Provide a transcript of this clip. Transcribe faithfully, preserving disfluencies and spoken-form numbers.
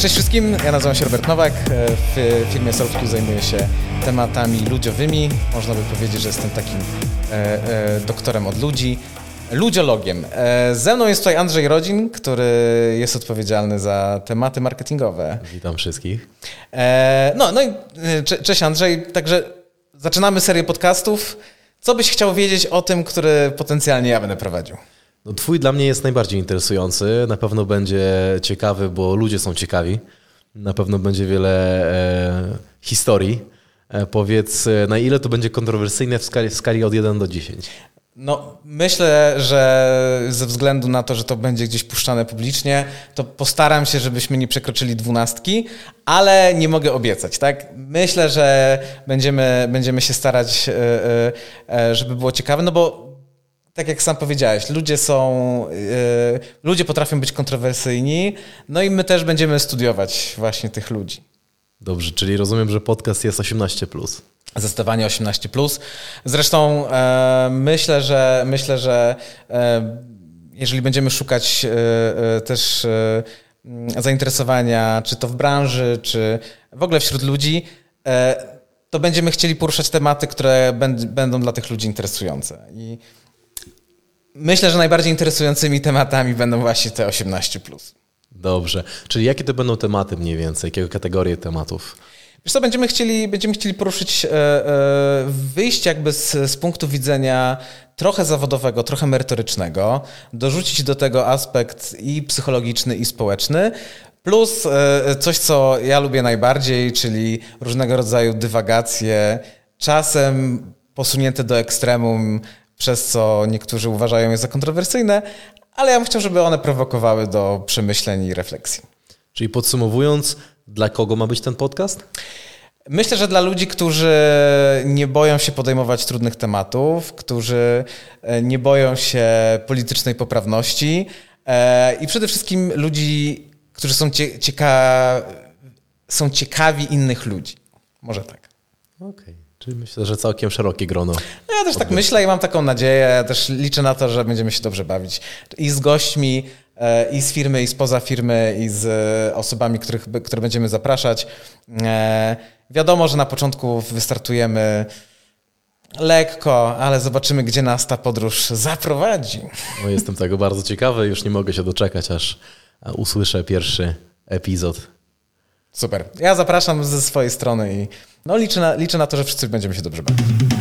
Cześć wszystkim, ja nazywam się Robert Nowak, w firmie SolveQ zajmuję się tematami ludziowymi. Można by powiedzieć, że jestem takim e, e, doktorem od ludzi, ludziologiem. E, ze mną jest tutaj Andrzej Rodzin, który jest odpowiedzialny za tematy marketingowe. Witam wszystkich. E, no, no i cze, cześć Andrzej, także zaczynamy serię podcastów. Co byś chciał wiedzieć o tym, który potencjalnie ja będę prowadził? No, twój dla mnie jest najbardziej interesujący. Na pewno będzie ciekawy, bo ludzie są ciekawi. Na pewno będzie wiele e, historii. E, powiedz, na ile to będzie kontrowersyjne w skali, w skali od jeden do dziesięciu? No, myślę, że ze względu na to, że to będzie gdzieś puszczane publicznie, to postaram się, żebyśmy nie przekroczyli dwunastki, ale nie mogę obiecać, tak? Myślę, że będziemy, będziemy się starać, żeby było ciekawe, no bo tak jak sam powiedziałeś, ludzie są, yy, ludzie potrafią być kontrowersyjni, no i my też będziemy studiować właśnie tych ludzi. Dobrze, czyli rozumiem, że podcast jest osiemnaście plus. Zdecydowanie osiemnaście plus. Zresztą e, myślę, że myślę, że e, jeżeli będziemy szukać e, e, też e, zainteresowania, czy to w branży, czy w ogóle wśród ludzi, e, to będziemy chcieli poruszać tematy, które będ, będą dla tych ludzi interesujące. I myślę, że najbardziej interesującymi tematami będą właśnie te osiemnaście plus. Dobrze. Czyli jakie to będą tematy mniej więcej? Jakie kategorie tematów? Wiesz co, będziemy chcieli, będziemy chcieli poruszyć, e, e, wyjść jakby z, z punktu widzenia trochę zawodowego, trochę merytorycznego, dorzucić do tego aspekt i psychologiczny, i społeczny, plus e, coś, co ja lubię najbardziej, czyli różnego rodzaju dywagacje, czasem posunięte do ekstremum, przez co niektórzy uważają je za kontrowersyjne, ale ja bym chciał, żeby one prowokowały do przemyśleń i refleksji. Czyli podsumowując, dla kogo ma być ten podcast? Myślę, że dla ludzi, którzy nie boją się podejmować trudnych tematów, którzy nie boją się politycznej poprawności i przede wszystkim ludzi, którzy są, cieka- są ciekawi innych ludzi. Może tak. Okej. Okay. Czyli myślę, że całkiem szerokie grono. No ja też tak myślę i mam taką nadzieję. Ja też liczę na to, że będziemy się dobrze bawić. I z gośćmi, i z firmy, i spoza firmy, i z osobami, których, które będziemy zapraszać. Wiadomo, że na początku wystartujemy lekko, ale zobaczymy, gdzie nas ta podróż zaprowadzi. No, jestem tego bardzo ciekawy. Już nie mogę się doczekać, aż usłyszę pierwszy epizod. Super. Ja zapraszam ze swojej strony i no liczę na, liczę na to, że wszyscy będziemy się dobrze bawić.